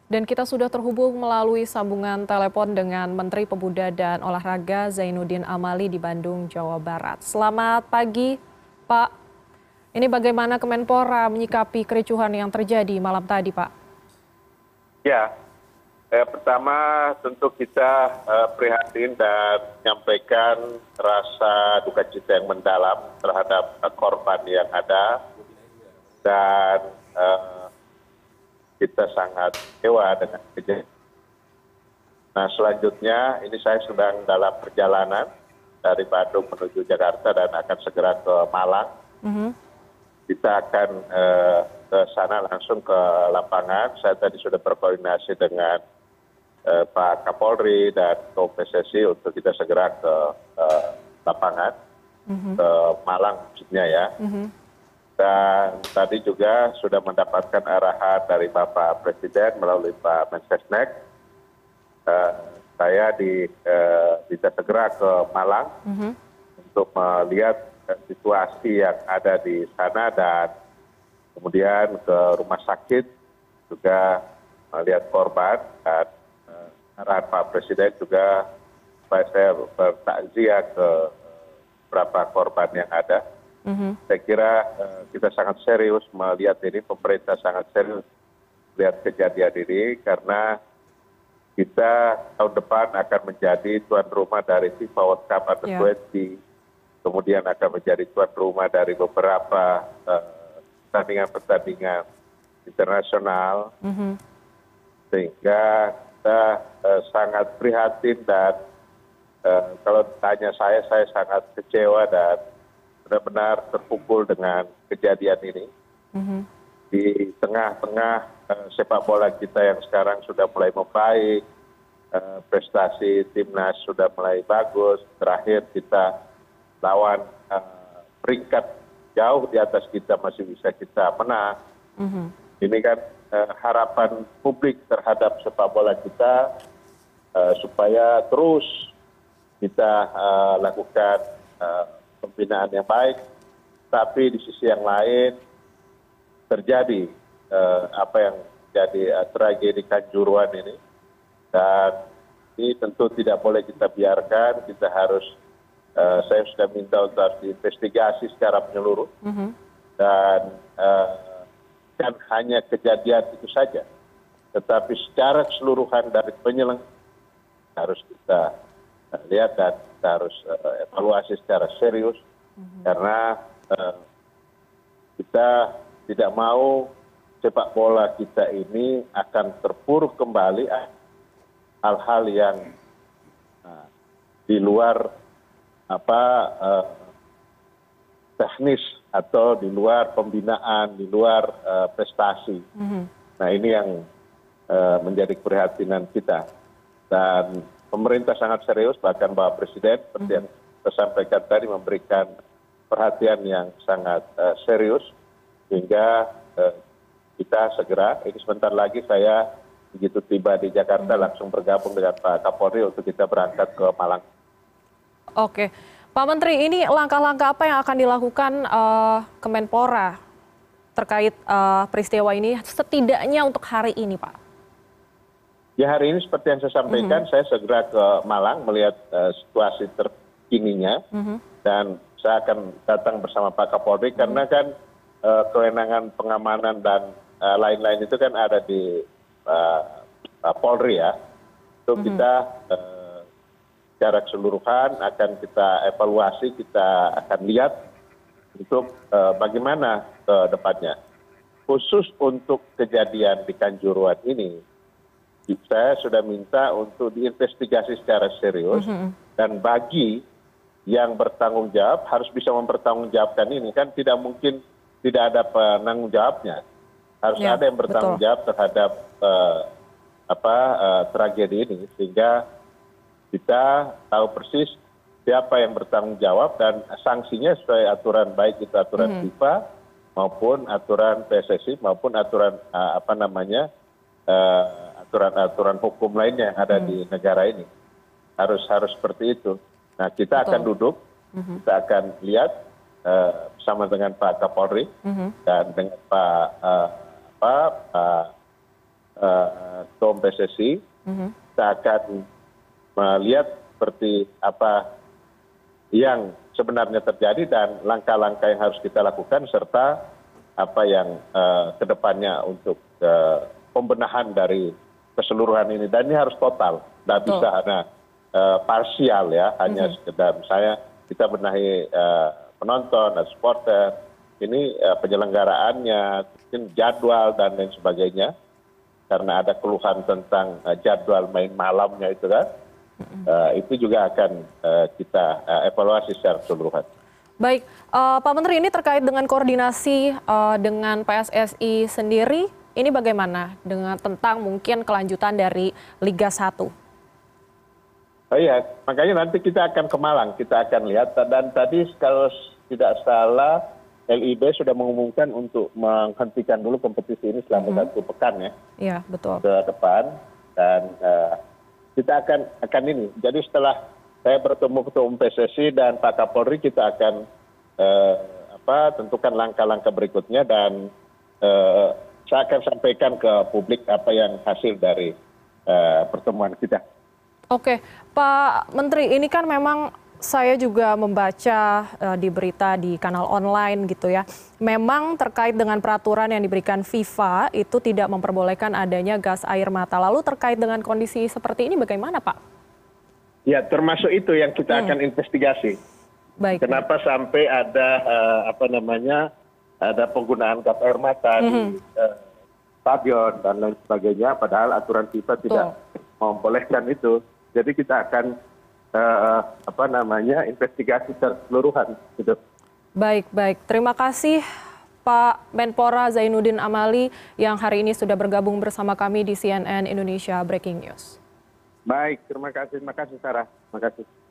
Dan kita sudah terhubung melalui sambungan telepon dengan Menteri Pemuda dan Olahraga Zainuddin Amali di Bandung, Jawa Barat. Selamat pagi, Pak. Ini bagaimana Kemenpora menyikapi kericuhan yang terjadi malam tadi, Pak? Ya, pertama tentu kita prihatin dan menyampaikan rasa duka cita yang mendalam terhadap korban yang ada. Dan kita sangat kecewa dengan kejadian. Nah, selanjutnya ini saya sedang dalam perjalanan dari Bandung menuju Jakarta dan akan segera ke Malang. Kita akan ke sana langsung ke lapangan. Saya tadi sudah berkoordinasi dengan Pak Kapolri dan PSSI untuk kita segera ke lapangan, ke Malang maksudnya ya. Dan tadi juga sudah mendapatkan arahan dari Bapak Presiden melalui Pak Mensesnek. Saya bisa segera ke Malang untuk melihat situasi yang ada di sana dan kemudian ke rumah sakit juga melihat korban. Dan arahan Pak Presiden juga supaya saya bertakziah ke beberapa korban yang ada. Saya kira kita sangat serius melihat ini, pemerintah sangat serius melihat kejadian ini karena kita tahun depan akan menjadi tuan rumah dari FIFA World Cup Under-20, kemudian akan menjadi tuan rumah dari beberapa pertandingan internasional, sehingga kita sangat prihatin dan kalau tanya saya sangat kecewa dan benar-benar terpukul dengan kejadian ini. Di tengah-tengah sepak bola kita yang sekarang sudah mulai membaik, prestasi timnas sudah mulai bagus, terakhir kita lawan peringkat jauh di atas kita masih bisa kita menang. Ini kan harapan publik terhadap sepak bola kita supaya terus kita lakukan pembinaan yang baik, tapi di sisi yang lain terjadi apa yang jadi tragedi Kanjuruhan ini, dan ini tentu tidak boleh kita biarkan. Kita harus, saya sudah minta untuk harus diinvestigasi secara menyeluruh, dan kan hanya kejadian itu saja, tetapi secara keseluruhan dari penyelenggara harus kita lihat dan kita harus evaluasi secara serius, karena kita tidak mau sepak bola kita ini akan terpuruk kembali hal-hal yang di luar teknis atau di luar pembinaan, di luar prestasi. Nah, ini yang menjadi keprihatinan kita. Dan pemerintah sangat serius, bahkan Bapak Presiden seperti yang saya sampaikan tadi memberikan perhatian yang sangat serius, sehingga kita segera, ini sebentar lagi saya begitu tiba di Jakarta langsung bergabung dengan Pak Kapolri untuk kita berangkat ke Malang. Oke, Pak Menteri, ini langkah-langkah apa yang akan dilakukan Kemenpora terkait peristiwa ini setidaknya untuk hari ini, Pak? Ya, hari ini seperti yang saya sampaikan, saya segera ke Malang melihat situasi terkininya, dan saya akan datang bersama Pak Kapolri karena kan kewenangan pengamanan dan lain-lain itu kan ada di Polri ya. Itu kita secara keseluruhan akan kita evaluasi, kita akan lihat untuk bagaimana ke depannya. Khusus untuk kejadian di Kanjuruhan ini, saya sudah minta untuk diinvestigasi secara serius, dan bagi yang bertanggung jawab harus bisa mempertanggungjawabkan ini. Kan tidak mungkin tidak ada penanggung jawabnya. Harus ada yang bertanggung jawab terhadap tragedi ini, sehingga kita tahu persis siapa yang bertanggung jawab dan sanksinya sesuai aturan, baik itu aturan FIFA maupun aturan PSSI maupun aturan aturan-aturan hukum lainnya yang ada di negara ini. Harus seperti itu. Nah, kita akan duduk, kita akan lihat bersama dengan Pak Kapolri dan dengan Pak Ketua Umum PSSI, kita akan melihat seperti apa yang sebenarnya terjadi dan langkah-langkah yang harus kita lakukan serta apa yang kedepannya untuk pembenahan dari keseluruhan ini. Dan ini harus total, tidak bisa hanya parsial ya, hanya sekedar misalnya kita benahi penonton, supporter, ini penyelenggaraannya, mungkin jadwal dan lain sebagainya, karena ada keluhan tentang jadwal main malamnya itu kan, itu juga akan kita evaluasi secara keseluruhan. Baik, Pak Menteri, ini terkait dengan koordinasi dengan PSSI sendiri, ini bagaimana dengan tentang mungkin kelanjutan dari Liga 1? Oh iya, makanya nanti kita akan ke Malang, kita akan lihat. Dan tadi kalau tidak salah, LIB sudah mengumumkan untuk menghentikan dulu kompetisi ini selama 1 pekan ya. Iya, betul. Ke depan. Dan kita akan ini. Jadi setelah saya bertemu Ketua Umum PSSI dan Pak Kapolri, kita akan tentukan langkah-langkah berikutnya dan saya akan sampaikan ke publik apa yang hasil dari pertemuan kita. Oke, Pak Menteri, ini kan memang saya juga membaca di berita di kanal online gitu ya. Memang terkait dengan peraturan yang diberikan FIFA itu tidak memperbolehkan adanya gas air mata. Lalu terkait dengan kondisi seperti ini bagaimana, Pak? Ya, termasuk itu yang kita akan investigasi. Baik. Kenapa sampai ada ada penggunaan gas air mata di stadion dan lain sebagainya, padahal aturan FIFA tidak membolehkan itu. Jadi kita akan investigasi secara keseluruhan gitu. Baik. Terima kasih Pak Menpora Zainuddin Amali yang hari ini sudah bergabung bersama kami di CNN Indonesia Breaking News. Baik, terima kasih Sarah. Terima kasih.